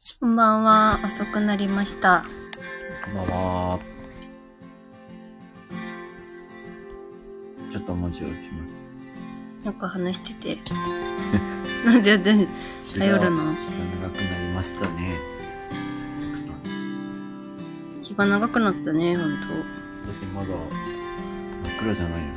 こんばんは。遅くなりました。 こんばんは。ちょっと文字を打ちます。 なんか話してて。なんで頼るの？ 日が長くなりましたね。 日が長くなったね、ほんと。 だってまだ真っ暗じゃないよ、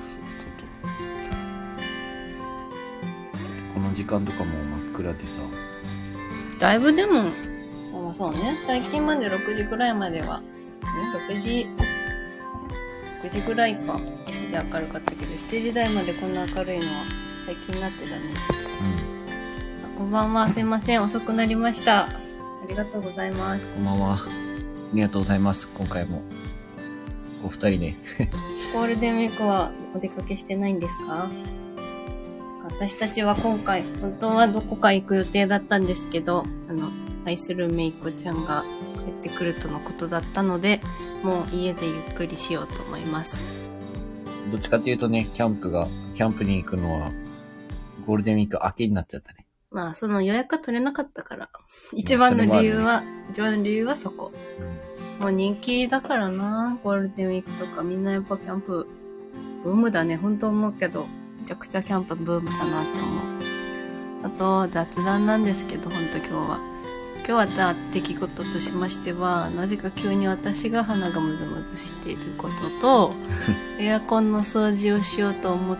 外。この時間とかも真っ暗でさ。 だいぶでも、そうね。最近まで6時ぐらいまでは、6時ぐらいか。で明るかったけど、7時台までこんな明るいのは最近になってたね。こんばんは。すいません。遅くなりました。ありがとうございます。 こんばんは。ありがとうございます。今回も。お二人で。 ゴールデンウィークはお出かけしてないんですか？私たちは今回、本当はどこか行く予定だったんですけど、愛するめいこちゃんが帰ってくるとのことだったので、もう家でゆっくりしようと思います。 どっちかっていうとね、キャンプに行くのは、ゴールデンウィーク明けになっちゃったね。 まあ、その予約が取れなかったから。一番の理由はそこ。もう人気だからな、ゴールデンウィークとかみんなやっぱキャンプ、ブームだね、本当思うけど、めちゃくちゃキャンプブームだなって思う。あと、雑談なんですけど、本当今日あった出来事としましては、なぜか急に私が鼻がムズムズしていることと、エアコンの掃除をしようと思って、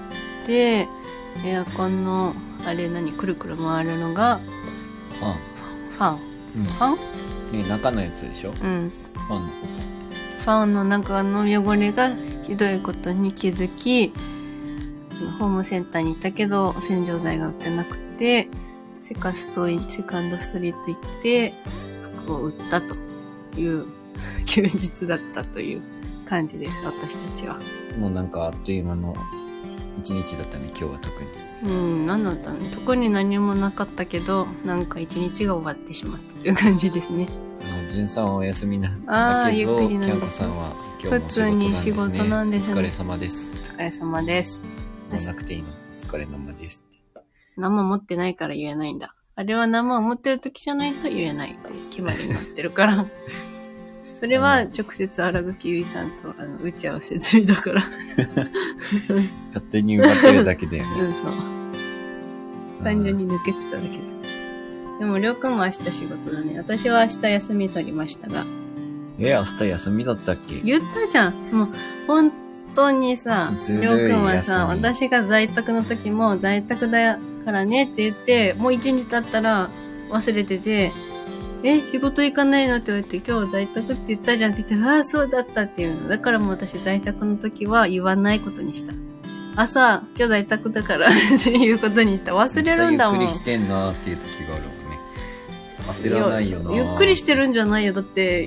エアコンの、くるくる回るのが、ファン、ファン、 ね、中のやつでしょ？ うん。 ファンの中の汚れがひどいことに気づき、ホームセンターに行ったけど洗浄剤が売ってなくて、セカンドストリート行って服を売ったという休日だったという感じです、私たちは。 もうなんかあっという間の一日だったね、今日は特に。 なんだったね。特に何もなかったけど、なんか一日が終わってしまったという感じですね。 じゅんさんはお休みなんだけど、キャンコさんは今日も仕事なんですね。お疲れ様です。 お疲れ様です。 もうなくていいの。お疲れ様です。 生持ってないから言えないんだ。あれは生を持ってる時じゃないと言えないって決まりになってるから。それは直接荒垣結衣さんと打ち合わせ済みだから。 勝手に奪ってるだけだよね。 そう。単純に抜けてただけだ。でも、りょうくんも明日仕事だね。私は明日休み取りましたが。 明日休みだったっけ？ 言ったじゃん。もう、本当にさ、りょうくんはさ、私が在宅の時も在宅だからねって言って、もう一日経ったら忘れてて、仕事行かないのって言われて、今日在宅って言ったじゃんって言ったら、そうだったっていうの。だからもう私在宅の時は言わないことにした。朝、今日在宅だからっていうことにした。忘れるんだもん。 ゆっくりしてんなーっていう時があるもんね。焦らないよな。 ゆっくりしてるんじゃないよ。だって、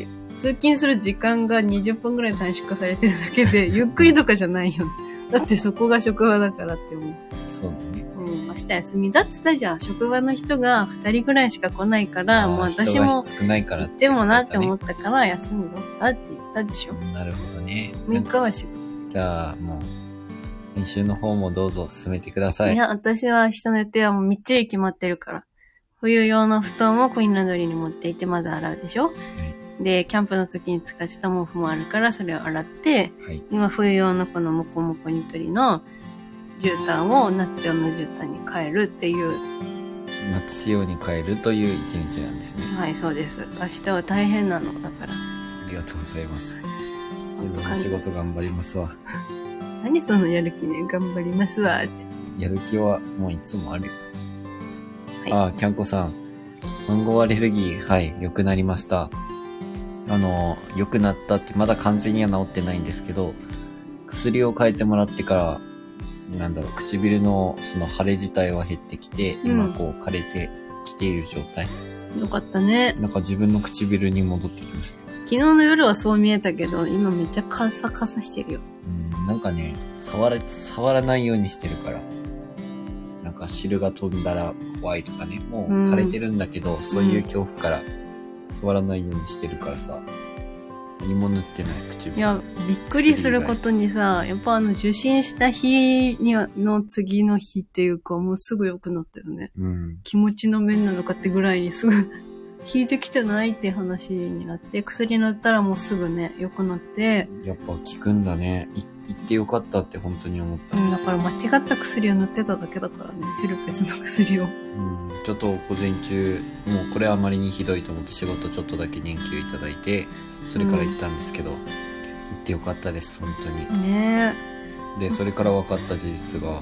通勤する時間が20分くらい短縮されてるだけで、ゆっくりとかじゃないよ。だってそこが職場だからって思う。 そうだね。 明日休みだって言ったじゃん。職場の人が2人くらいしか来ないから、もう私も少ないからってでもなって思ったから休みだったって言ったでしょ。 なるほどね。 3日は仕事。 じゃあもう、編集の方もどうぞ進めてください。 いや、私は明日の予定はもうみっちり決まってるから。冬用の布団をコインランドリーに持って行ってまず洗うでしょ、で、キャンプの時に使ってた毛布もあるからそれを洗って、今冬用のこのモコモコニトリの絨毯を夏用の絨毯に変えるっていう。 夏仕様に変えるという一日なんですね。 はい、そうです。明日は大変なのだから。 ありがとうございます。自分の仕事頑張りますわ。 何そのやる気ね、頑張りますわって。 やる気はもういつもあるよ。 はい、 キャンコさん。マンゴーアレルギー、はい、良くなりました。良くなったって、まだ完全には治ってないんですけど、薬を変えてもらってから、唇のその腫れ自体は減ってきて、今枯れてきている状態。 よかったね。 なんか自分の唇に戻ってきました。 昨日の夜はそう見えたけど、今めっちゃカサカサしてるよ。 なんかね、触らないようにしてるから。なんか汁が飛んだら怖いとかね、もう枯れてるんだけど、そういう恐怖から触らないようにしてるからさ、何も塗ってない唇。 いや、びっくりすることにさ、やっぱ受診した日の次の日っていうか、もうすぐ良くなったよね。気持ちの面なのかってぐらいにすぐ効いてきてないって話になって、薬塗ったらもうすぐね、良くなって。 やっぱ効くんだね。行ってよかったって本当に思った。 だから間違った薬を塗ってただけだからね、ヘルペスの薬を。 ちょっと午前中、もうこれあまりにひどいと思って仕事ちょっとだけ年休いただいて、それから行ったんですけど、行ってよかったです、本当に。 ねで、それから分かった事実が、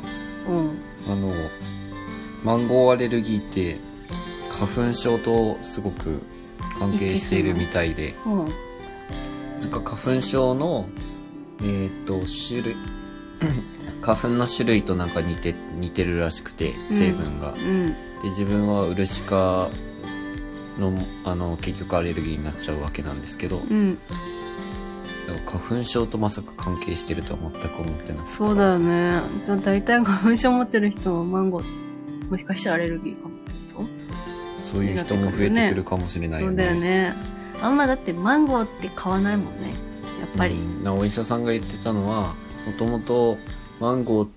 マンゴーアレルギーって花粉症とすごく関係しているみたいで、なんか花粉症の種類花粉の種類となんか似てるらしくて、成分が、で自分はウルシカの結局アレルギーになっちゃうわけなんですけど、だから花粉症とまさか関係してるとは全く思ってなくて。 そうだよね。だいたい花粉症持ってる人はマンゴーもしかしたらアレルギーかもと、 そういう人も増えてくるかもしれないよね。 そうだよね。あんまだってマンゴーって買わないもんね、やっぱり。 お医者さんが言ってたのは、もともとマンゴーって、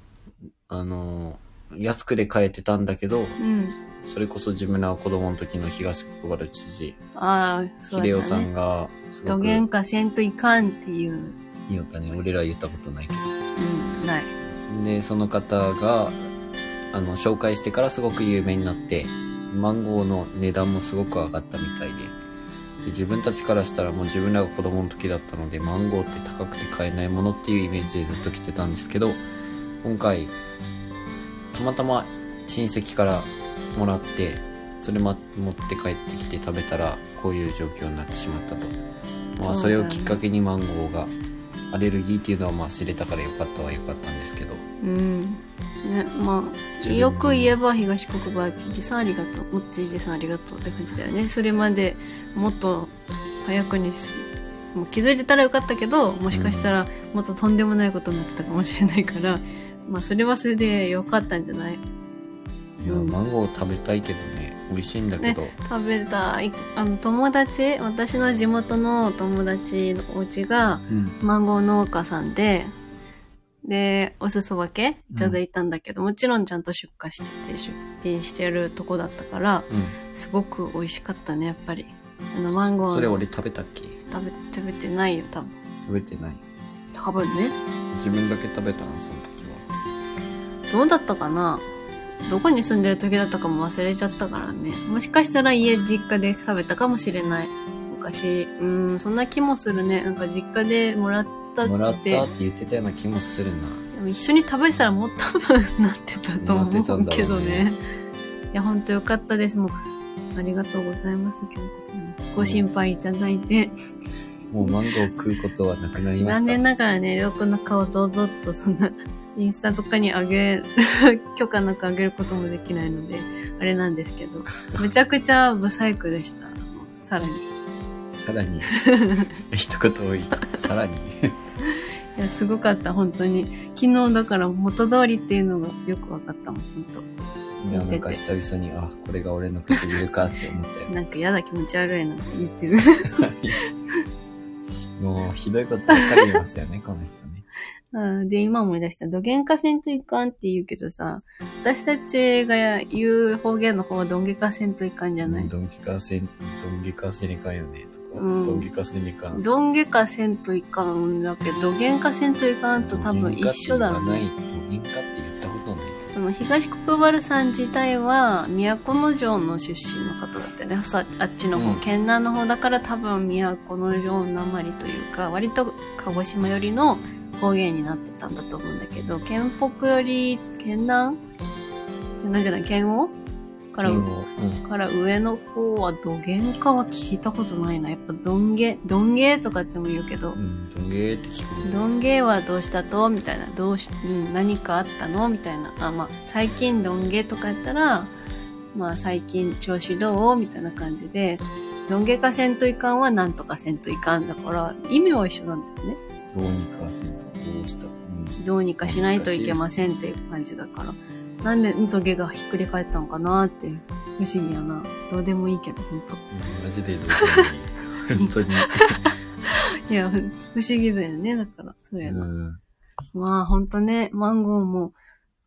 安くで買えてたんだけど、それこそ自分らは子供の時の東国原知事、秀夫さんがどげんかせんといかんっていう。 言ったね。俺ら言ったことないけど。 ない。 で、その方が、紹介してからすごく有名になって、マンゴーの値段もすごく上がったみたいで、自分たちからしたらもう自分らが子供の時だったので、マンゴーって高くて買えないものっていうイメージでずっと来てたんですけど、今回、たまたま親戚からもらって、それ持って帰ってきて食べたら、こういう状況になってしまったと。まあ、それをきっかけにマンゴーがアレルギーっていうのはまあ知れたからよかったはよかったんですけど。 ね、まあ、よく言えば東国原知事さんありがとう、もっちじさんありがとうって感じだよね。それまでもっと早くにもう気づいてたらよかったけど、もしかしたらもっととんでもないことになってたかもしれないから、まあそれはそれでよかったんじゃない？ いや、マンゴー食べたいけどね、美味しいんだけど。 ね、食べたい。私の地元の友達のお家がマンゴー農家さんで、で、お裾分けいただいたんだけど、もちろんちゃんと出荷してて、出品してるとこだったから、すごく美味しかったね、やっぱり。マンゴー。 それ俺食べたっけ？ 食べてないよ、多分。 食べてない。 多分ね。 自分だけ食べたな、その時は。 どうだったかな？どこに住んでる時だったかも忘れちゃったからね。もしかしたら実家で食べたかもしれない。昔。そんな気もするね。なんか実家でもらったって言ってたような気もするな。 でも一緒に食べてたらもう多分なってたと思うけどね。いや、ほんとよかったです。もう、ありがとうございます、京子さん。ご心配いただいて。 もうマンゴー食うことはなくなりました。 残念ながらね、りょうくんの顔堂々とそんな、インスタとかに許可なくあげることもできないので、あれなんですけど、めちゃくちゃブサイクでした。さらに。 一言多い。さらに。 いや、すごかった、本当に。昨日だから元通りっていうのがよく分かったもん、本当。 いや、なんか久々に、これが俺の唇かって思ったよ。 なんかやだ、気持ち悪いなって言ってる。 もう、ひどいことばっかり言いますよね、この人ね。 で、今思い出した。どげんかせんといかんって言うけどさ、私たちが言う方言の方はどんげかせんといかんじゃない？ どんげかせねかんよね、とか。どんげかせねかん。 どんげかせんといかんだけど、どげんかせんといかんと多分一緒だろうね。 どげんかって言ったことない。 その東国原さん自体は都城の出身の方だったよね。あっちの方、県南の方だから多分都城なまりというか、割と鹿児島寄りの方言になってたんだと思うんだけど、県北より県南じゃない、県央から上の方はどげんかは聞いたことないな。やっぱどんげとかっても言うけど、 どんげって聞く。 どんげはどうしたとみたいな、何かあったのみたいな。まあ最近どんげとかやったら、まあ最近調子どうみたいな感じで、どんげかせんといかんはなんとかせんといかんだから、意味は一緒なんだよね。 どうにかせんとどうした、 どうにかしないといけませんっていう感じだから、なんでんとげがひっくり返ったのかなっていう不思議やな。どうでもいいけど本当。 マジでどうでもいい。本当に。 いや、不思議だよね。だからそうやな。まあ本当ね、マンゴーも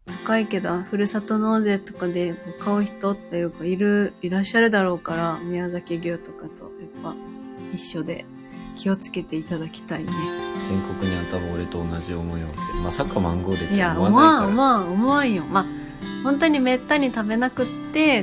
高いけど、ふるさと納税とかで買う人っていうかいらっしゃるだろうから、宮崎牛とかとやっぱ一緒で気をつけていただきたいね。 全国には多分俺と同じ思いをしてまさかマンゴーでっていや、 思わないから思わんよ。まあ、本当にめったに食べなくって、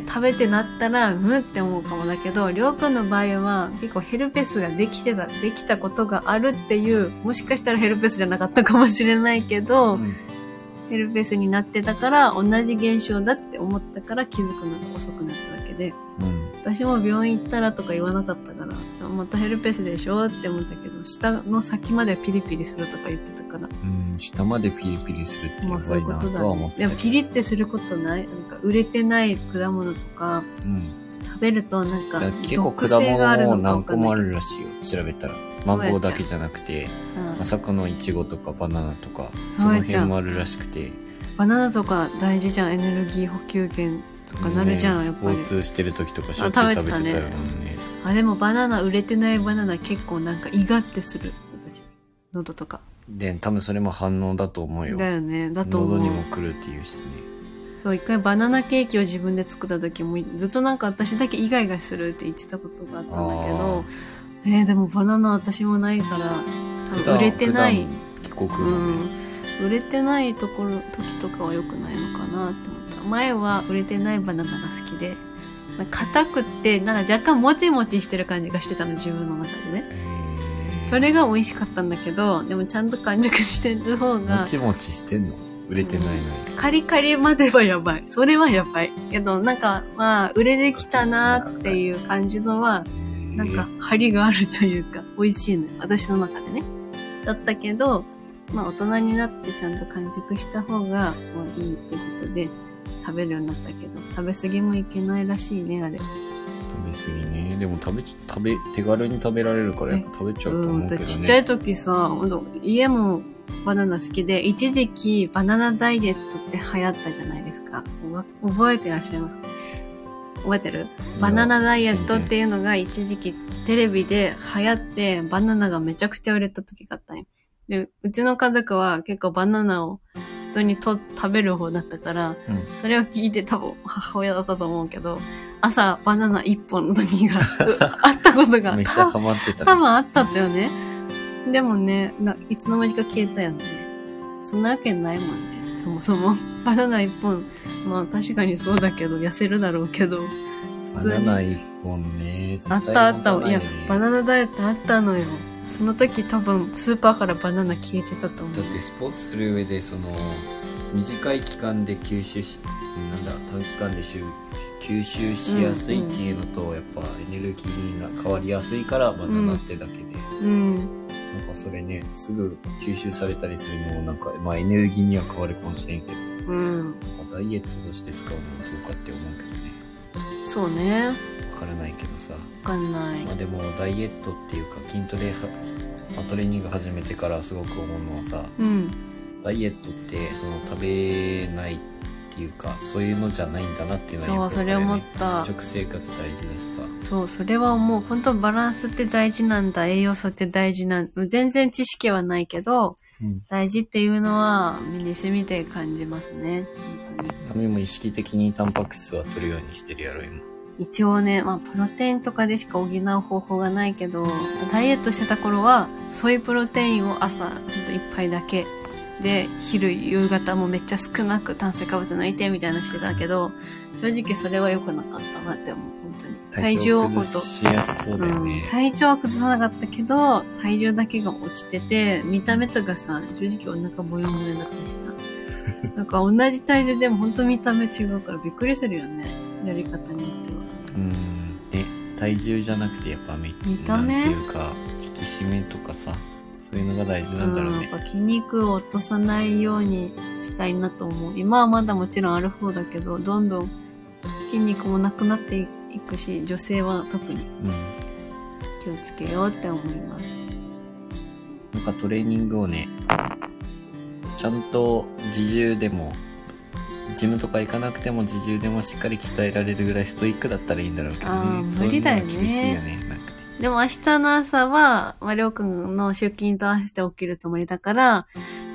食べてなったら、って思うかもだけど、りょうくんの場合は、結構ヘルペスができたことがあるっていう、もしかしたらヘルペスじゃなかったかもしれないけど、 うんヘルペスになってたから、同じ現象だって思ったから気づくのが遅くなっただけで、私も病院行ったらとか言わなかったから、またヘルペスでしょって思ったけど、下の先までピリピリするとか言ってたから。 下までピリピリするってやばいなとは思ってたけど。 でもピリってすることない？なんか売れてない果物とか、食べるとなんか結構果物も何個もあるらしいよ、調べたら。マンゴーだけじゃなくて、まさかのイチゴとかバナナとか、その辺もあるらしくて。 バナナとか大事じゃん、エネルギー補給源とかなるじゃん、やっぱり。 スポーツしてる時とかしょっちゅう食べてたよね。 でもバナナ、売れてないバナナ結構なんか胃がってする。私。喉とか。 で、多分それも反応だと思うよ。 だよね。だと思う。 喉にも来るっていうしね。 そう、一回バナナケーキを自分で作った時も、ずっとなんか私だけイガイガするって言ってたことがあったんだけど、でもバナナ私もないから、多分売れてない。 結構食うもんね。 売れてない時とかは良くないのかなって思った。前は売れてないバナナが好きで、硬くって、なんか若干もちもちしてる感じがしてたの、自分の中でね。それが美味しかったんだけど、でもちゃんと完熟してる方が。 もちもちしてんの？売れてないのに。 カリカリまではやばい。それはやばい。けど、なんか、まあ、売れてきたなっていう感じのは、なんか、張りがあるというか、美味しいのよ。私の中でね。だったけど、まあ、大人になってちゃんと完熟した方が、もういいってことで、食べるようになったけど、食べ過ぎもいけないらしいね、あれ。 食べ過ぎね。でも手軽に食べられるからやっぱ食べちゃうと思うけどね。 ちっちゃい時さ、家もバナナ好きで、一時期バナナダイエットって流行ったじゃないですか。覚えてらっしゃいますか？覚えてる？バナナダイエットっていうのが一時期テレビで流行って、バナナがめちゃくちゃ売れた時があったんよ。で、うちの家族は結構バナナを普通に食べる方だったから、それを聞いて多分母親だったと思うけど、朝バナナ一本の時があったことがめっちゃハマってたね。 多分あったんだよね。でもね、いつの間にか消えたよね。そんなわけないもんね。そもそも。バナナ一本、まあ確かにそうだけど、痩せるだろうけど、 普通に。バナナ一本ね。 あった。いや、バナナダイエットあったのよ。その時多分スーパーからバナナ消えてたと思う。 だってスポーツする上で短い期間で短期間で吸収しやすいっていうのと、やっぱエネルギーが変わりやすいからバナナってだけで。なんかそれね、すぐ吸収されたりするのもなんか、まあエネルギーには変わるかもしれんけど、なんかダイエットとして使うのもどうかって思うけどね。 そうね。 わからないけどさ。わかんない。 まあでもダイエットっていうか筋トレトレーニング始めてからすごく思うのはさ、ダイエットって食べないっていうかそういうのじゃないんだなっていうのはよくわかるよね。 そう、それ思った。 食生活大事だしさ。 そう、それはもう本当バランスって大事なんだ、栄養素って大事なんだ。全然知識はないけど、大事っていうのは身に染みて感じますね。本当に。 でも意識的にタンパク質は取るようにしてるやろ今。 一応ね、まあプロテインとかでしか補う方法がないけど、ダイエットしてた頃はソイプロテインを朝ほんと1杯だけで、昼夕方もめっちゃ少なく炭水化物抜いてみたいなのしてたけど、正直それは良くなかったなって思う。本当に体重を崩しやすそうだよね。 体調は崩さなかったけど、体重だけが落ちてて、見た目とかさ、正直お腹ボヨボヨだったしさ、なんか同じ体重でも本当見た目違うからびっくりするよね、やり方によっては。 ね、体重じゃなくてやっぱ見た目っていうか引き締めとかさ、そういうのが大事なんだろうね。 やっぱ筋肉を落とさないようにしたいなと思う。今はまだもちろんある方だけど、どんどん筋肉もなくなっていくし、女性は特に気をつけようって思います。 なんかトレーニングをね、ちゃんと自重でもジムとか行かなくても自重でもしっかり鍛えられるぐらいストイックだったらいいんだろうけどね。 無理だよね。 厳しいよね。なんかね。 でも明日の朝は、りょうくんの出勤と合わせて起きるつもりだから、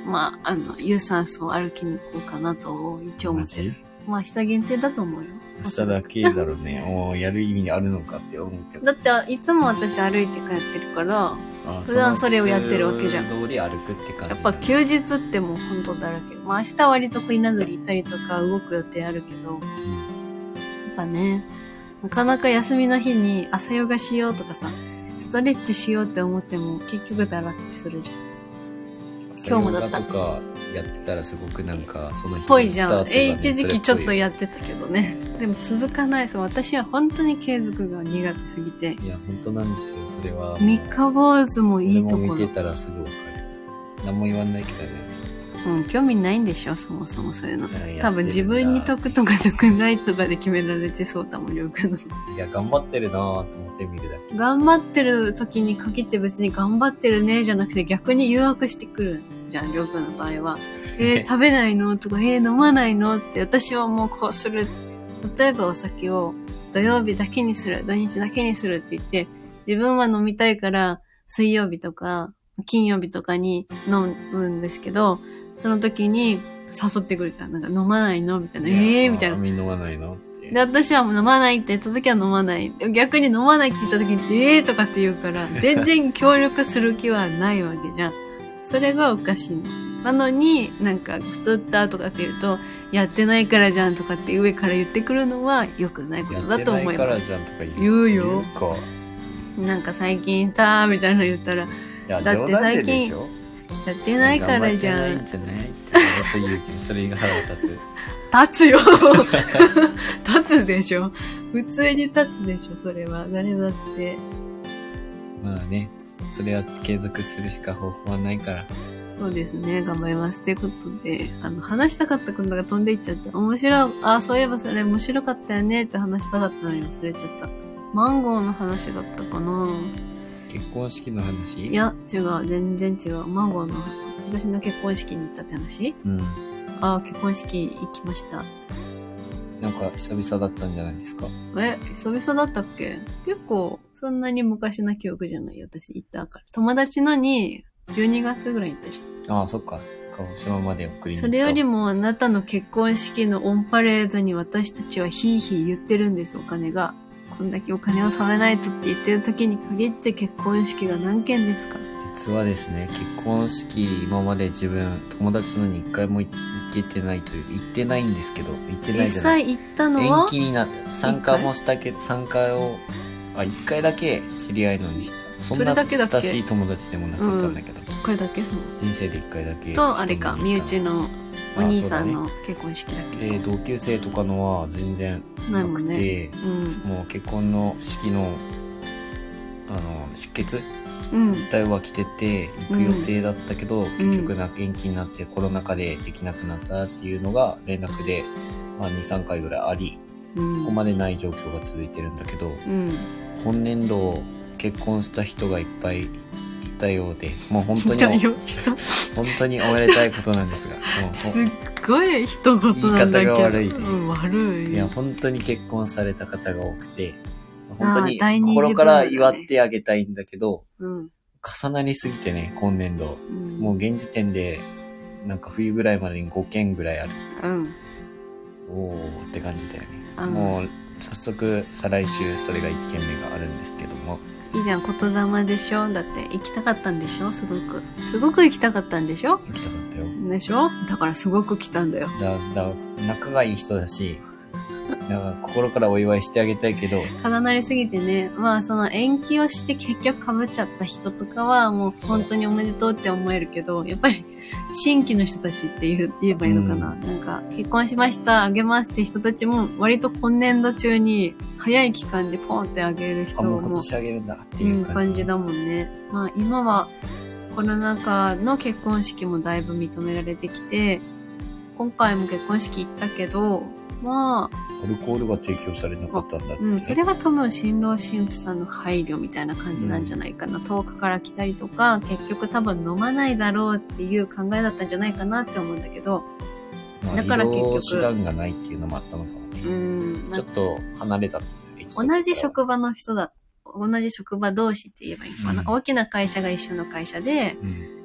まあ、有酸素を歩きに行こうかなと一応思ってる。まあ、明日限定だと思うよ。 明日だけだろうね。もうやる意味あるのかって思うけど。 だって、いつも私歩いて帰ってるから、普段それをやってるわけじゃん。 通り歩くって感じ。 やっぱ休日ってもう本当だらけ。まあ明日割と稲取行ったりとか動く予定あるけど、やっぱね、なかなか休みの日に朝ヨガしようとかさ、ストレッチしようって思っても結局だらってするじゃん。今日もだった。 とかやってたらすごくなんかその日ぽいじゃん。 のスタートがね一時期ちょっとやってたけどね。でも続かない。そう、私は本当に継続が苦手すぎて。 いや、本当なんですよ。それは。 三日坊主もいいところ。 俺も見てたらすぐわかる。何も言わないけどね。 うん、興味ないんでしょ、そもそもそういうの。 いや多分自分に得とか得ないとかで決められてそうだもん、りょうくんの。 いや、頑張ってるなぁと思って見るだけ。 頑張ってる時に限って別に頑張ってるねじゃなくて逆に誘惑してくるじゃん、りょうくんの場合は。食べないのとか、飲まないのって私はもうこうする。例えばお酒を土曜日だけにする、土日だけにするって言って、自分は飲みたいから水曜日とか金曜日とかに飲むんですけど、その時に誘ってくるじゃん。なんか飲まないのみたいな。みたいな。 飲まないので、私はもう飲まないって言った時は飲まない。逆に飲まないって言った時に、とかって言うから、全然協力する気はないわけじゃん。それがおかしいの。なのに、なんか、太ったとかって言うと、やってないからじゃんとかって上から言ってくるのは良くないことだと思います。 やってないからじゃんとか言うよ。 言うか。 なんか最近みたいなの言ったら、 だって最近、やってないからじゃん。 やってないんじゃないって言うけど、それが腹立つ。 立つよ立つでしょ。普通に立つでしょ、それは。誰だって。 まあね、それは継続するしか方法はないから。 そうですね、頑張ります。ということで、話したかったことが飛んでいっちゃって、そういえばそれ面白かったよねって話したかったのに忘れちゃった。マンゴーの話だったかな。 結婚式の話？ いや、違う、全然違う。マンゴーの、私の結婚式に行ったって話？ うん。 結婚式行きました。 なんか久々だったんじゃないですか？ 久々だったっけ？結構、そんなに昔な記憶じゃないよ、私行ったから。友達のに、12月ぐらい行ったじゃん。 ああ、そっか。鹿児島まで送りに行った。 それよりもあなたの結婚式のオンパレードに私たちはヒーヒー言ってるんです、お金が。こんだけお金を貯めないとって言ってる時に限って結婚式が何件ですか？ 実はですね、結婚式今まで自分友達のに一回も行ってないという、行ってないんですけど、行ってないじゃない。 実際行ったのは延期になって、参加もしたけど、参加を、一回だけ知り合いのにした。そんな親しい友達でもなかったんだけど。 一回だけその。 人生で一回だけ。 と、あれか、身内のお兄さんの結婚式だけ。 で、同級生とかのは全然なくて、もう結婚の式の、出血自体は来てて、行く予定だったけど、結局延期になってコロナ禍でできなくなったっていうのが連絡で、2、3回ぐらいあり、ここまでない状況が続いてるんだけど、今年度結婚した人がいっぱいいたようで、もう本当におめでたいことなんですが、 すっごい一言なんだけど、 言い方が悪いね。 悪い。 いや、本当に結婚された方が多くて、本当に心から祝ってあげたいんだけど、重なりすぎてね、今年度。もう現時点で、なんか冬ぐらいまでに5件ぐらいある。おーって感じだよね。もう、早速、再来週、それが1件目があるんですけども。 いいじゃん、言霊でしょ？だって行きたかったんでしょ？すごく。すごく行きたかったんでしょ？ 行きたかったよ。 でしょ？だからすごく来たんだよ。 仲がいい人だし、だから心からお祝いしてあげたいけど。 重なりすぎてね。その延期をして結局被っちゃった人とかはもう本当におめでとうって思えるけど、やっぱり新規の人たちって言えばいいのかな。なんか結婚しました、あげますって人たちも割と今年度中に早い期間でポンってあげる人も。 もう今年あげるんだっていう感じだもんね。今はコロナ禍の結婚式もだいぶ認められてきて、今回も結婚式行ったけど、アルコールが提供されなかったんだって、ね。 それは多分新郎新婦さんの配慮みたいな感じなんじゃないかな。遠くから来たりとか、結局多分飲まないだろうっていう考えだったんじゃないかなって思うんだけど。 だから結局。移動手段がないっていうのもあったのかもね。ちょっと離れたってじゃない？ 同じ職場の人同じ職場同士って言えばいいのかな。大きな会社が一緒の会社で、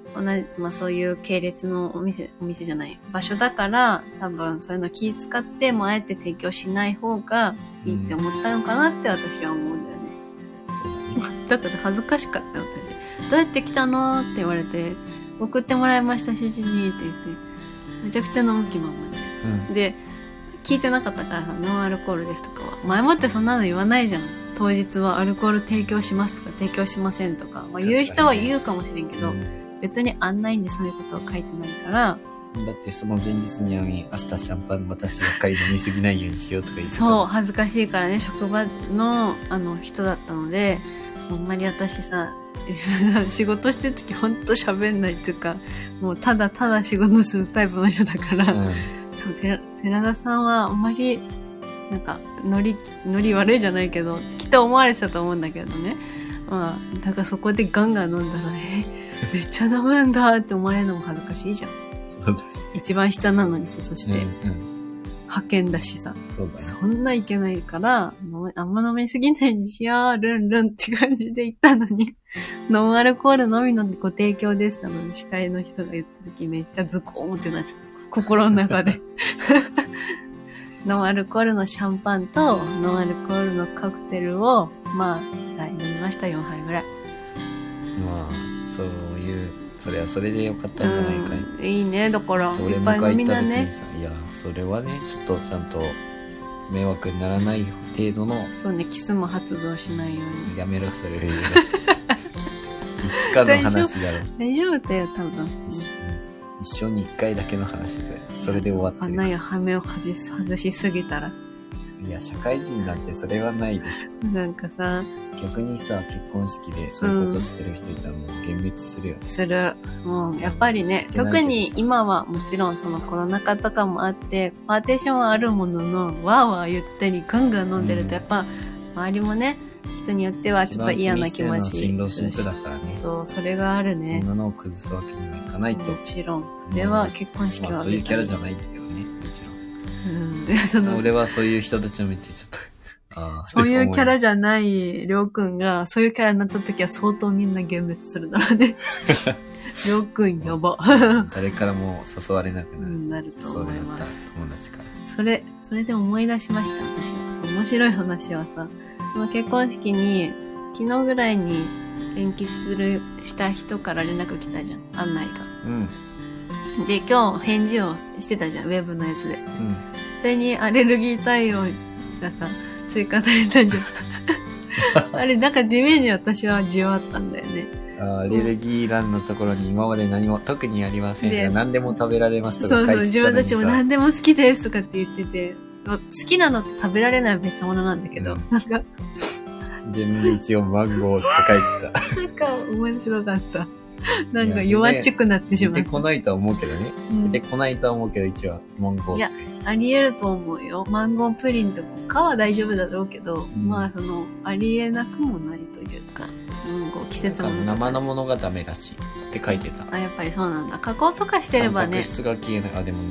同じ、まあそういう系列のお店じゃない、場所だから、多分そういうの気使って、もうあえて提供しない方がいいって思ったのかなって私は思うんだよね。 そうだね。 だから恥ずかしかったよ、私。どうやって来たのって言われて、送ってもらいました、主人にって言って、めちゃくちゃ飲む気満々で。で、聞いてなかったからさ、ノンアルコールですとかは。前もってそんなの言わないじゃん。当日はアルコール提供しますとか提供しませんとか。まあ、言う人は言うかもしれんけど、別に案内にそういうことは書いてないから。 だってその前日に明日シャンパン私ばっかり飲みすぎないようにしようとか言ってた。 そう、恥ずかしいからね、職場の人だったので、あんまり私さ、仕事してる時ほんと喋んないっていうか、もうただただ仕事するタイプの人だから、多分寺田さんはあんまり、なんか、ノリ悪いじゃないけど、きっと思われてたと思うんだけどね。まあ、だからそこでガンガン飲んだら、めっちゃ飲むんだって思われるのも恥ずかしいじゃん。 そうだね。 一番下なのにさ、そして、派遣だしさ。 そうだね。 そんないけないから、あんま飲みすぎないにしよう、ルンルンって感じで言ったのに、ノンアルコールのみのご提供ですなのに、司会の人が言った時めっちゃズコーンってなってた。心の中で。ノンアルコールのシャンパンと、ノンアルコールのカクテルを、まあ、飲みました、4杯ぐらい。 まあ、そういう、それはそれでよかったんじゃないかい。 いいね、だから、 俺いっぱい飲みなね。 いや、それはね、ちょっとちゃんと、迷惑にならない程度の。 そうね、キスも発動しないように。 やめろ、それ。いつかの話だろ。 大丈夫だよ、多分。 一生に一回だけの話で、それで終わってる。 あんなよ、羽目を外しすぎたら。 いや、社会人なんてそれはないでしょ。 なんかさ、 逆にさ、結婚式でそういうことしてる人いたらもう幻滅するよね。 する。もう、やっぱりね、特に今はもちろんそのコロナ禍とかもあって、パーテーションはあるものの、わーわー言ったりガンガン飲んでると、やっぱ、周りもね、人によってはちょっと嫌な気持ち。 新郎新婦だからね。 そう、それがあるね。 そんなのを崩すわけにもいかないと。 もちろん。それは結婚式は、 まあそういうキャラじゃないんだけどね、もちろん。俺はそういう人たちを見てちょっと、 そういうキャラじゃないりょうくんが、そういうキャラになった時は相当みんな幻滅するだろうね。りょうくんやば。 誰からも誘われなくなる。 なると思います。 友達から。 それで思い出しました、私は。面白い話はさ、その結婚式に、昨日ぐらいに延期した人から連絡来たじゃん、案内が。で、今日返事をしてたじゃん、ウェブのやつで。それにアレルギー対応がさ、追加されたじゃん。あれ、なんか地面に私はじわったんだよね。 アレルギー欄のところに今まで何も特にありませんが、何でも食べられますとか書いてたのにさ。 自分たちも何でも好きですとかって言ってて、好きなのって食べられない別物なんだけど、なんか。 全部一応マンゴーって書いてた。なんか面白かった。なんか弱っちくなってしまった。 出てこないとは思うけどね。出てこないとは思うけど、一応マンゴー。 いや、あり得ると思うよ。マンゴープリンとかは大丈夫だろうけど、まああり得なくもないというか、マンゴー季節もの。 生のものがダメらしいって書いてた。 やっぱりそうなんだ。加工とかしてればね。 タンパク質が消えない。でも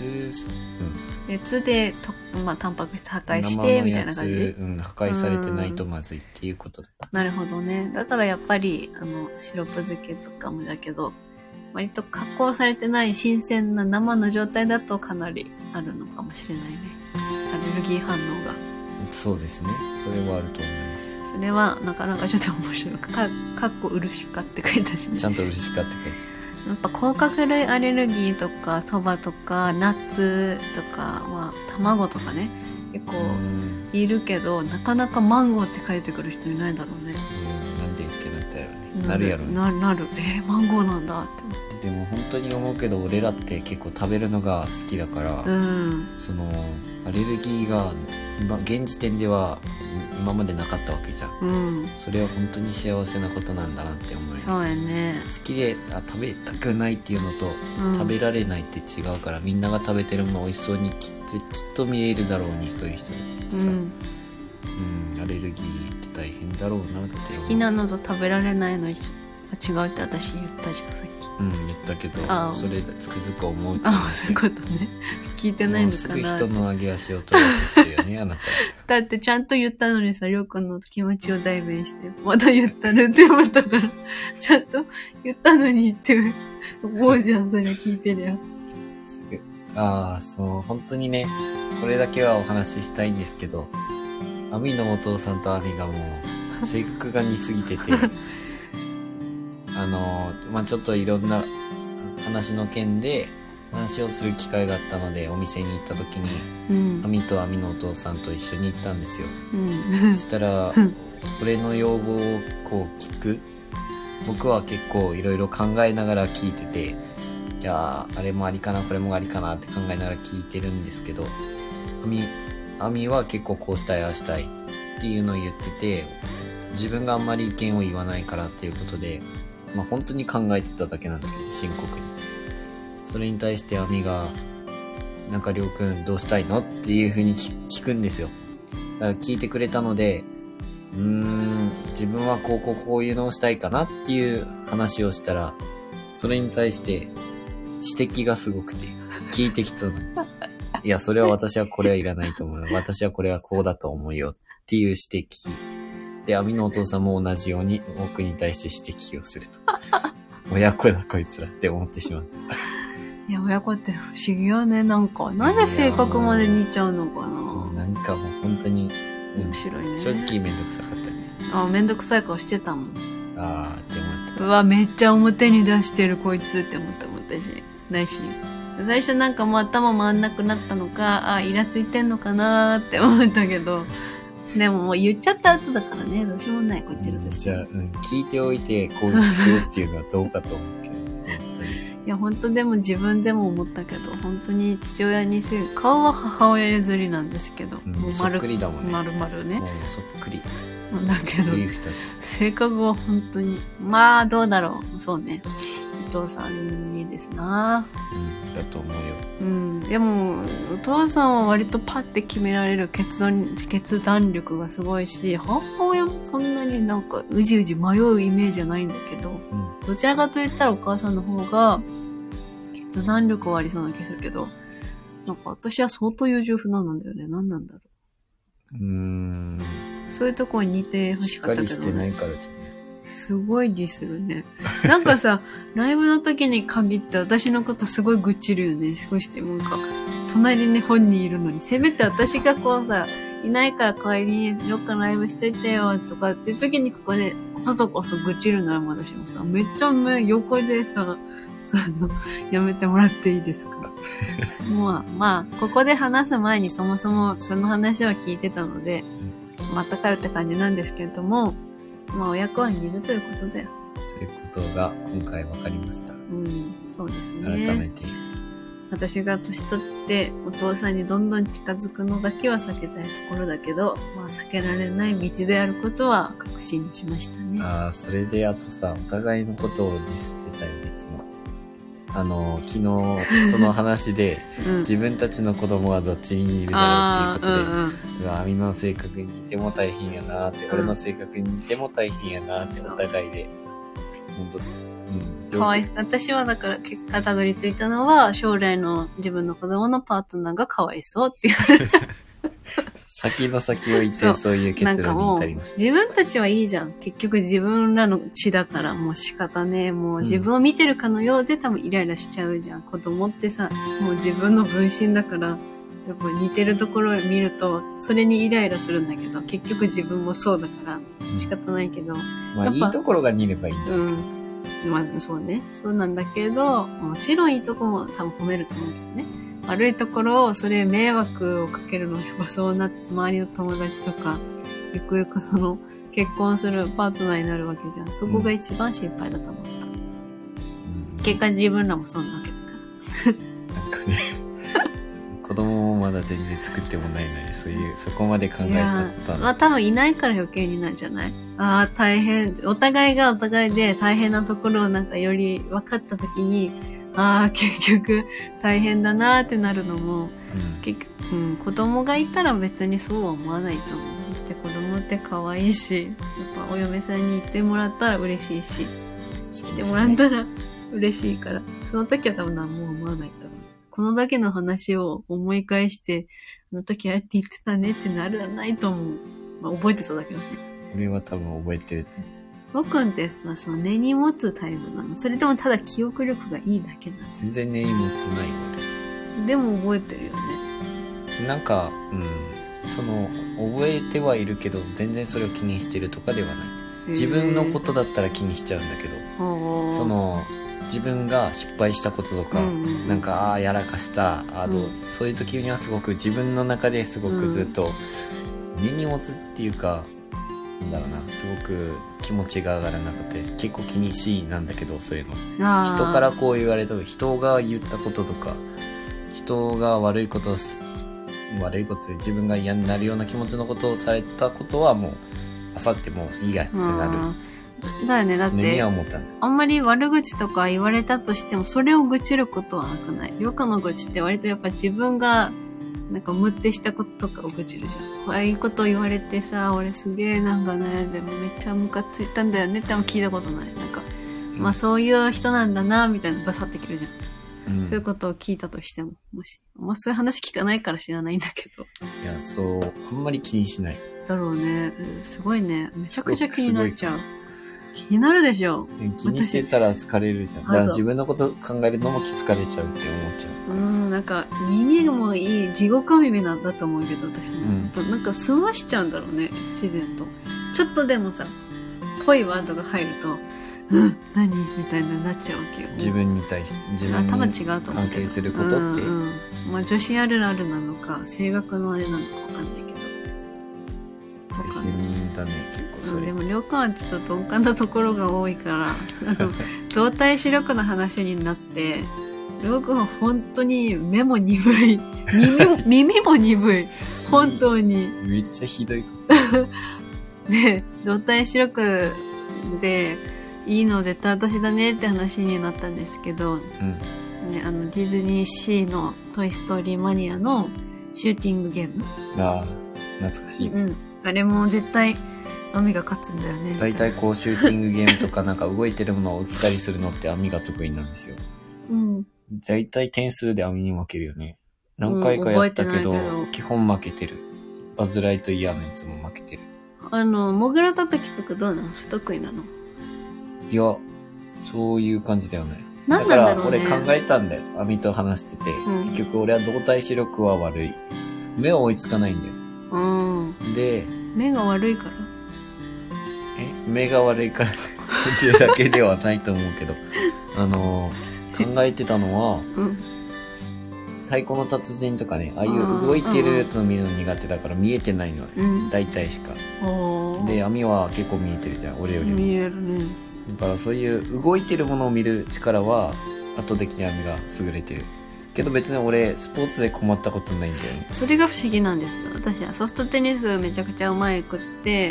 熱でまあ、タンパク質破壊して、みたいな感じ。 破壊されてないとまずいっていうことだ。 なるほどね。だからやっぱり、シロップ漬けとかもだけど、割と加工されてない新鮮な生の状態だとかなりあるのかもしれないね。アレルギー反応が。 そうですね。それはあると思います。 それはなかなかちょっと面白い。かっこうるしかって書いたしね。 ちゃんとうるしかって書いてた。 やっぱ甲殻類アレルギーとか、そばとか、ナッツとか、まあ、卵とかね、結構いるけど、なかなかマンゴーって書いてくる人いないだろうね。 なんでってなったやろね。なるやろね。 なる。マンゴーなんだって思って。 でも本当に思うけど、俺らって結構食べるのが好きだから、その、アレルギーが、現時点では今までなかったわけじゃん。それは本当に幸せなことなんだなって思う。 そうやね。 好きで食べたくないっていうのと、食べられないって違うから、みんなが食べてるもの美味しそうにきっと見えるだろうに、そういう人たちってさ、アレルギーって大変だろうなって思う。 好きなのと食べられないのは違うって私言ったじゃん、さっき。 言ったけど、それつくづく思うってそういうことね。 聞いてないのかもうすぐな。 人の上げ足を取ろうとしてるよね、あなた。 だってちゃんと言ったのにさ、りょうくんの気持ちを代弁して、また言ったるって思ったから、ちゃんと言ったのにって思うじゃん、それ聞いてりゃ。 ああ、そう、本当にね、これだけはお話ししたいんですけど、アミのお父さんとアミがもう、性格が似すぎてて、まあ、ちょっといろんな話の件で、話をする機会があったので、お店に行った時に、アミとアミのお父さんと一緒に行ったんですよ。そしたら、俺の要望をこう聞く。僕は結構いろいろ考えながら聞いてて、いやー、あれもありかな、これもありかなって考えながら聞いてるんですけど、アミは結構こうしたい、ああしたいっていうのを言ってて、自分があんまり意見を言わないからっていうことで、まあ本当に考えてただけなんだけど、深刻に。それに対してアミが、なんかりょうくんどうしたいのっていう風に聞くんですよ。だから聞いてくれたので、自分はこういうのをしたいかなっていう話をしたら、それに対して指摘がすごくて、聞いてきたのに。いや、それは私はこれはいらないと思う。私はこれはこうだと思うよっていう指摘。で、アミのお父さんも同じように僕に対して指摘をすると。親子だこいつらって思ってしまった。 いや、親子って不思議よね、なんか。なんで性格まで似ちゃうのかな。 なんかもう本当に、 面白いね。 正直めんどくさかったね。 あ、めんどくさい顔してたもん。 あーって思った。 うわ、めっちゃ表に出してるこいつって思ったもん、私。ないし。最初なんかもう頭回んなくなったのか、あ、イラついてんのかなーって思ったけど、でももう言っちゃった後だからね、どうしようもない、こちらとして。 じゃあ、聞いておいて攻撃するっていうのはどうかと思うけど、本当に。 いや、本当でも自分でも思ったけど、本当に父親に顔は母親譲りなんですけど、もうそっくりだもんね。 丸々ね。 もうそっくり。 だけど、 二つ性格は本当に、まあどうだろう。そうね。お父さんにですな。 だと思うよ。 でも、お父さんは割とパッて決められる決断力がすごいし、母親もそんなになんかうじうじ迷うイメージじゃないんだけど、どちらかと言ったらお母さんの方が決断力はありそうな気するけど、なんか私は相当優柔不断なんだよね。何なんだろう。そういうとこに似てほしかったけど、ね。 しっかりしてないからじゃね。 すごいディスるね。なんかさ、ライブの時に限って私のことすごい愚痴るよね。少しでもなんか、隣に本人いるのに、せめて私がこうさ、いないから帰りによくライブしといてよとかっていう時にここでこそこそ愚痴るなら私もさ、めっちゃ横でさ、やめてもらっていいですか？もう、まあ、ここで話す前にそもそもその話は聞いてたので、またかよって感じなんですけれども、まあ親子は似るということだよ。 そういうことが今回分かりました。 そうですね。 改めて。 私が年取ってお父さんにどんどん近づくのだけは避けたいところだけど、まあ避けられない道であることは確信しましたね。 ああ、それであとさ、お互いのことをディスってたよね、昨日、その話で、自分たちの子供はどっちにいるだろうっていうことで、アミの性格に似ても大変やなって、俺の性格に似ても大変やなって、お互いで。 かわいそう。私はだから結果たどり着いたのは、将来の自分の子供のパートナーがかわいそうっていう。 先の先を言ってそういう結論に至りました。 自分たちはいいじゃん。結局自分らの血だからもう仕方ねえ。もう自分を見てるかのようで多分イライラしちゃうじゃん。子供ってさ、もう自分の分身だから、やっぱ似てるところを見ると、それにイライラするんだけど、結局自分もそうだから仕方ないけど。 まあいいところが似ればいいんだ。 まあそうね。そうなんだけど、もちろんいいとこも多分褒めると思うけどね。悪いところを、それ迷惑をかけるのやっぱそうな、周りの友達とか、ゆくゆく結婚するパートナーになるわけじゃん。そこが一番心配だと思った。結果自分らもそうなわけだから。 なんかね、子供もまだ全然作ってもないのに、そこまで考えたことはまあ多分いないから余計になんじゃない？ああ、大変。お互いがお互いで大変なところをなんかより分かったときに、ああ、結局大変だなーってなるのも、結局、子供がいたら別にそうは思わないと思う。で、子供って可愛いし、やっぱお嫁さんに行ってもらったら嬉しいし、来てもらったら嬉しいから、その時は多分何も思わないと思う。 このだけの話を思い返して、あの時ああやって言ってたねってなるはないと思う。まあ覚えてそうだけどね。 俺は多分覚えてるって。 僕ってさ、その根に持つタイプなの？それともただ記憶力がいいだけなの？ 全然根に持ってないよでも覚えてるよね。 なんか、その、覚えてはいるけど、全然それを気にしてるとかではない。自分のことだったら気にしちゃうんだけど、その、自分が失敗したこととか、なんか、やらかした、そういう時にはすごく自分の中ですごくずっと、根に持つっていうか、なんだろうな、すごく気持ちが上がらなかったです。結構気にしいなんだけど、そういうの。人からこう言われたと、人が言ったこととか、人が悪いことで自分が嫌になるような気持ちのことをされたことはもう、あさってもいいやってなる。 だよね、だって、あんまり悪口とか言われたとしても、それを愚痴ることはなくない？りょうかの愚痴って割とやっぱ自分が、なんかムッてしたこととかを愚痴るじゃん。ああいうこと言われてさ、俺すげえなんかね、でもめっちゃムカついたんだよねっても聞いたことない。なんか、まあそういう人なんだな、みたいなバサってきるじゃん。そういうことを聞いたとしても、もし。まあそういう話聞かないから知らないんだけど。 いや、そう、あんまり気にしない。 だろうね。すごいね。めちゃくちゃ気になっちゃう。気になるでしょ。 気にしてたら疲れるじゃん。だから自分のこと考えるのも疲れちゃうって思っちゃう。 なんか耳もいい、地獄耳なんだと思うけど、私も。なんか済ましちゃうんだろうね、自然と。ちょっとでもさ、ぽいワードが入ると、何みたいになっちゃうわけよ。 自分に対して、自分に関係することって。 まあ女子あるあるなのか、性格のあれなのかわかんないけど。 大変だね、結構それ。 でも、りょうかはちょっと鈍感なところが多いから、動体視力の話になって、りょうかは本当に目も鈍い。耳も鈍い。本当に。 めっちゃひどいこと。で、動体視力で、いいの絶対私だねって話になったんですけど、ね、ディズニーシーのトイストーリーマニアのシューティングゲーム。 懐かしい。 あれも絶対、網が勝つんだよね。 大体こうシューティングゲームとかなんか動いてるものを撃ったりするのって網が得意なんですよ。大体点数で網に負けるよね。何回かやったけど、基本負けてる。バズライトイヤーのやつも負けてる。 モグラ叩きとかどうなの？不得意なの？ いや、そういう感じだよね。 なんなんだろうね。 だから俺考えたんだよ。網と話してて。結局俺は動体視力は悪い。目は追いつかないんだよ。で、 目が悪いから？ 目が悪いからっていうだけではないと思うけど、考えてたのは、太鼓の達人とかね、ああいう動いてるやつを見るの苦手だから見えてないのね。大体しか。で、網は結構見えてるじゃん、俺よりも。 見えるね。 だからそういう動いてるものを見る力は圧倒的に網が優れてる。けど別に俺スポーツで困ったことないんだよね。 それが不思議なんですよ。私はソフトテニスめちゃくちゃうまくって、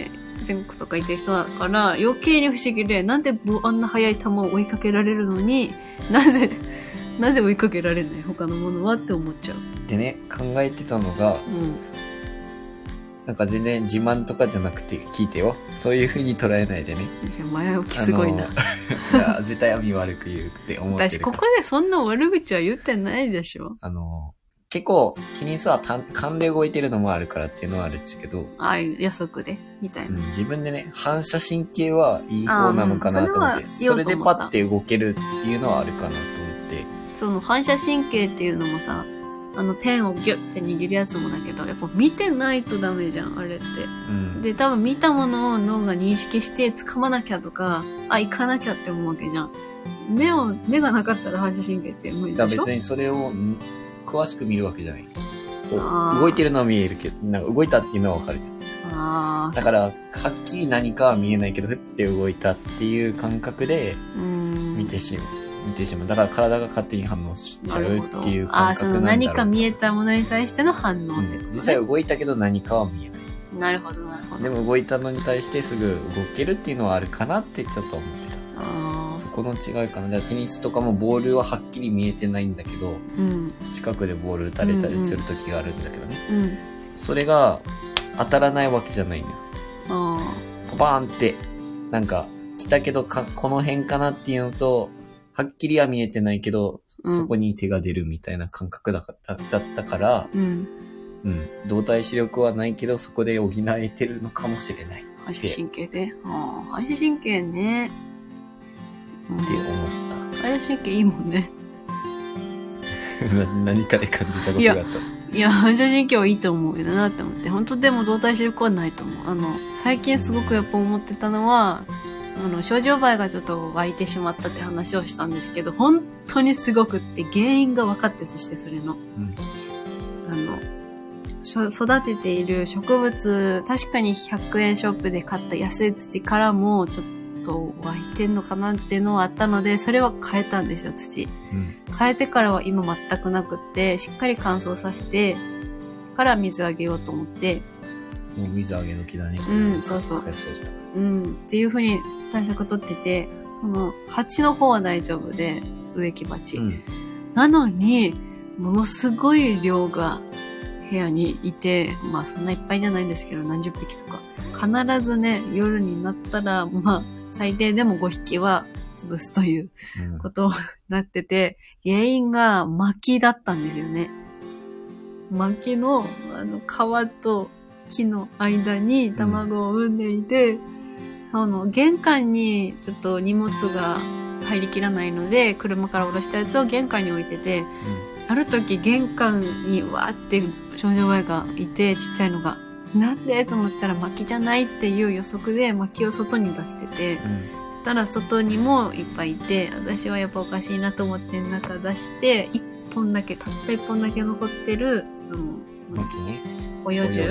全国とか行ってる人だから余計に不思議で、なんであんな速い球を追いかけられるのになぜ追いかけられない他のものはって思っちゃう。 でね、考えてたのが、なんか全然自慢とかじゃなくて聞いてよ。そういう風に捉えないでね。 前置きすごいな。 いや、絶対網悪く言うって思ってるから。 私ここでそんな悪口は言ってないでしょ。 結構気にさ、勘で動いてるのもあるからっていうのはあるっちゃけど。 予測でみたいな。 自分でね、反射神経はいい方なのかなと思って。それでパッて動けるっていうのはあるかなと思って。 その反射神経っていうのもさ、ペンをギュッて握るやつもだけど、やっぱ見てないとダメじゃん、あれって。で、多分見たものを脳が認識して掴まなきゃとか、行かなきゃって思うわけじゃん。目がなかったら反射神経って無理でしょ？ だから別にそれを詳しく見るわけじゃない。動いてるのは見えるけど、なんか動いたっていうのはわかるじゃん。だから、はっきり何かは見えないけど、ふって動いたっていう感覚で見てしまう。だから体が勝手に反応しちゃうっていう感覚なんだろう。 その何か見えたものに対しての反応ってことね。 実際動いたけど何かは見えない。 なるほど。 でも動いたのに対してすぐ動けるっていうのはあるかなってちょっと思ってた。そこの違いかな。だからテニスとかもボールははっきり見えてないんだけど、近くでボール打たれたりする時があるんだけどね。それが当たらないわけじゃないんだよ。パバーンって、なんか来たけどこの辺かなっていうのと、はっきりは見えてないけど、 そこに手が出るみたいな感覚だったから、動体視力はないけど、そこで補えてるのかもしれない。 反射神経で。反射神経ね。 って思った。 反射神経いいもんね。 何かで感じたことがあった。 いや、反射神経はいいと思うよなって思って。本当でも動体視力はないと思う。最近すごくやっぱ思ってたのは、症状映えがちょっと湧いてしまったって話をしたんですけど、本当にすごくって原因が分かって、そしてそれの。育てている植物、確かに100円ショップで買った安い土からもちょっと湧いてんのかなっていうのはあったので、それは変えたんですよ、土。変えてからは今全くなくって、しっかり乾燥させてから水あげようと思って。 もう水あげ時だね。 そうそう。っていう風に対策取ってて、蜂の方は大丈夫で、植木鉢。なのに、ものすごい量が部屋にいて、まあそんないっぱいじゃないんですけど、何十匹とか。必ずね、夜になったら、まあ最低でも5匹は潰すということになってて、原因が薪だったんですよね。薪の皮と木の間に卵を産んでいて、玄関にちょっと荷物が入りきらないので、車から下ろしたやつを玄関に置いてて、ある時玄関にわーって少女バイがいて、ちっちゃいのが。なんでと思ったら薪じゃないっていう予測で薪を外に出してて、そしたら外にもいっぱいいて、私はやっぱおかしいなと思って中出して、たった一本だけ残ってる、 薪ね。 お葉樹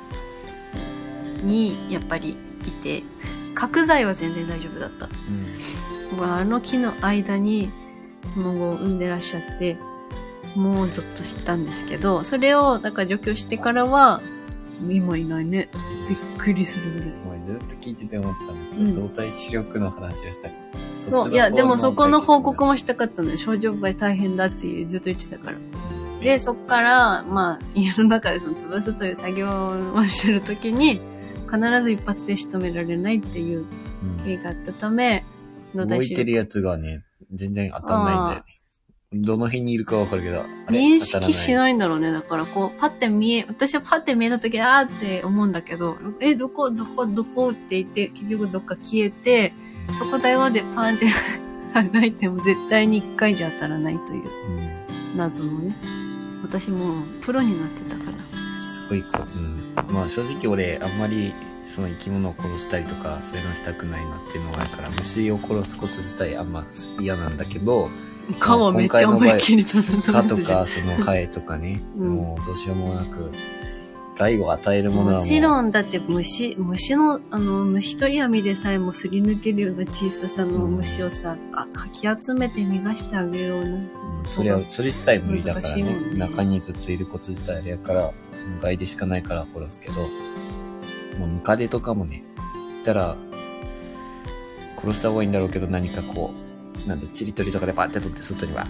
にやっぱりいて、角材は全然大丈夫だった。木の間に卵を産んでらっしゃって、もうゾッとしたんですけど、それをだから除去してからは今いないね。びっくりするぐらい。 ずっと聞いてて思ったんだけど、動体視力の話をしたかった。 そう、いやでもそこの報告もしたかったのよ。症状倍大変だっていうずっと言ってたから。で、そっからまあ家の中で潰すという作業をしてるときに必ず一発で仕留められないっていう経緯があったため、 動いてるやつがね、全然当たんないんだよね。どの辺にいるかわかるけど、 認識しないんだろうね。だから私はパッて見えた時にあーって思うんだけど、どこって言って、結局どっか消えて、そこだよでパンチ叩いても絶対に1回じゃ当たらないという謎のね。私もプロになってたから。 すごいまあ正直俺あんまりその生き物を殺したりとかそういうのしたくないなっていうのがあるから、虫を殺すこと自体あんま嫌なんだけど、 皮めっちゃ思いっきり取る。 皮とか、そのハエとかね、もうどうしようもなく、害を与えるものはもちろん、だって虫の、虫取り網でさえもすり抜けるような小ささの虫をさ、かき集めて逃がしてあげような。 それ自体無理だからね。中にずっといること自体あれやから、害でしかないから殺すけど、もうムカデとかもね、言ったら、殺した方がいいんだろうけど、何かチリトリとかでバーって取って外にバーって。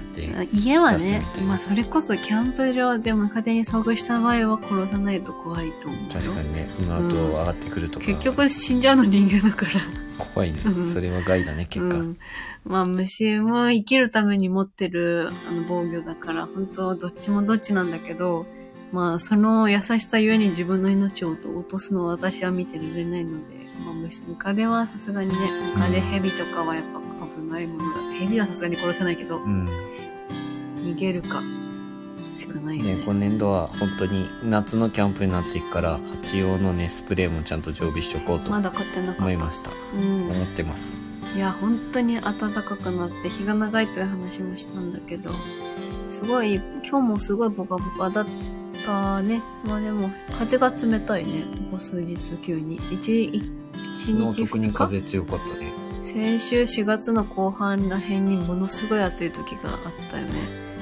家はね、まあそれこそキャンプ場でムカデに遭遇した場合は殺さないと怖いと思う。 確かにね、その後上がってくるとか。 結局死んじゃうの人間だから。 怖いね。それは害だね、結果。 まあ虫も生きるために持ってる防御だから、本当どっちもどっちなんだけど、まあその優しさゆえに自分の命を落とすのを私は見てられないので、まあムカデはさすがにね、ムカデヘビとかはやっぱ危ないものだ。ヘビはさすがに殺せないけど、逃げるかしかないよね。 今年度は本当に夏のキャンプになっていくから、蜂用のね、スプレーもちゃんと常備しとこうとまだ買ってなかった。 思いました。思ってます。 いや、本当に暖かくなって日が長いという話もしたんだけど、すごい、今日もすごいボカボカだったね。まあでも、風が冷たいね。ここ数日急に。1日2日。 特に風強かったね。 先週4月の後半らへんにものすごい暑い時があったよね。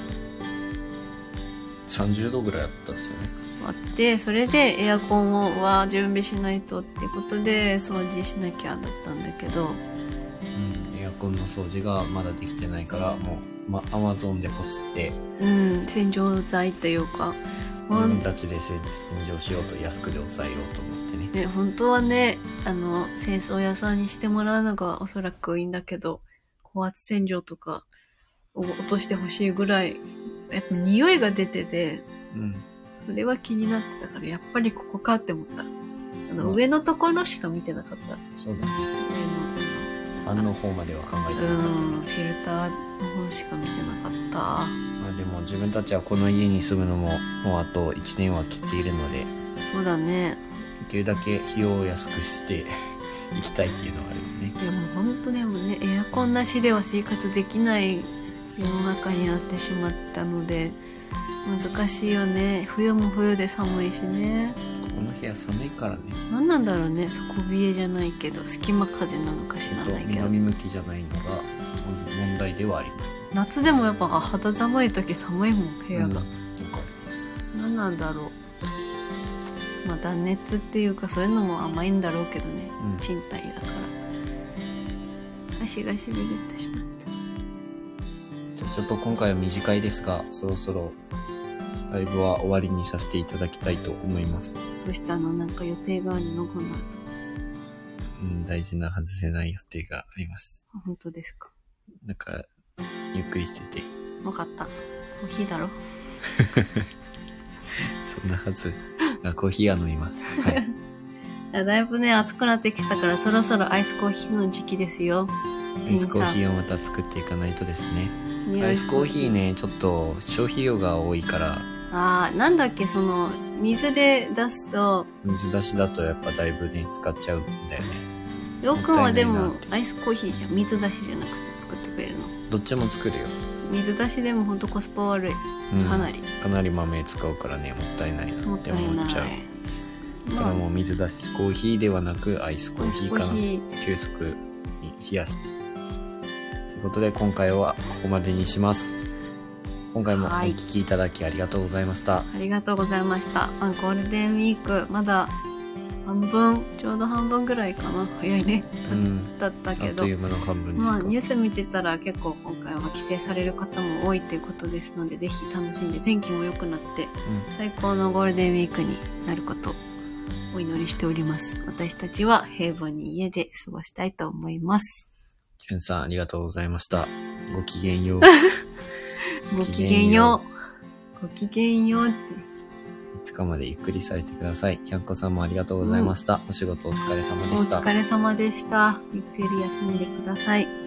30度ぐらいあったんですよね。 あって、それでエアコンは準備しないとってことで掃除しなきゃだったんだけど、 エアコンの掃除がまだできてないから、もう、Amazon でポチって、 洗浄剤っていうか、 自分たちで洗浄しようと、安くで抑えようと思ってね。 本当はね、清掃屋さんにしてもらうのがおそらくいいんだけど、高圧洗浄とかを落としてほしいぐらい、やっぱ匂いが出てて、 うん。 それは気になってたから、やっぱりここかって思った。上のところしか見てなかった。 そうだね。 上の。 案の方までは考えてなかった、ね。 フィルターの方しか見てなかった。 まあでも自分たちはこの家に住むのも、もうあと1年は切っているので。 そうだね。 できるだけ費用を安くして行きたいっていうのはあるよね。 いやもうほんとでもね、エアコンなしでは生活できない世の中になってしまったので、難しいよね。冬も冬で寒いしね。 この部屋寒いからね。 何なんだろうね。底冷えじゃないけど、隙間風なのか知らないけど。 南向きじゃないのが問題ではあります。 夏でもやっぱ肌寒い時寒いもん、部屋が。何なんだろう。まあ断熱っていうかそういうのも甘いんだろうけどね。賃貸だから。足がしびれてしまった。 じゃあちょっと今回は短いですが、そろそろライブは終わりにさせていただきたいと思います。 どうしたの？なんか予定があるの？この後。 大事な外せない予定があります。 本当ですか。 だから、ゆっくりしてて。 わかった。コーヒーだろそんなはず。コーヒーは飲みます。はい。 だいぶね、暑くなってきたから、そろそろアイスコーヒーの時期ですよ。 アイスコーヒーをまた作っていかないとですね。アイスコーヒーね、ちょっと消費量が多いから。 なんだっけ、水で出すと。 水出しだとやっぱだいぶね、使っちゃうんだよね。 りょうくんはでも、アイスコーヒーじゃ水出しじゃなくて作ってくれるの？ どっちも作るよ。 水出しでもほんとコスパ悪い。かなり。 かなり豆使うからね、もったいないなって思っちゃう。だからもう水出しコーヒーではなくアイスコーヒーかな。急速に冷やして。ということで今回はここまでにします。今回もお聞きいただきありがとうございました。 ありがとうございました。ゴールデンウィークまだちょうど半分ぐらいかな。早いね。だったけど。 あっという間の半分ですか。 ニュース見てたら結構今回は帰省される方も多いということですので、ぜひ楽しんで天気も良くなって、最高のゴールデンウィークになることをお祈りしております。私たちは平凡に家で過ごしたいと思います。 きゅんさんありがとうございました。ごきげんよう。 ごきげんよう。ごきげんようって。 いつかまでゆっくりされてください。キャンコさんもありがとうございました。お仕事お疲れ様でした。 お疲れ様でした。ゆっくり休んでください。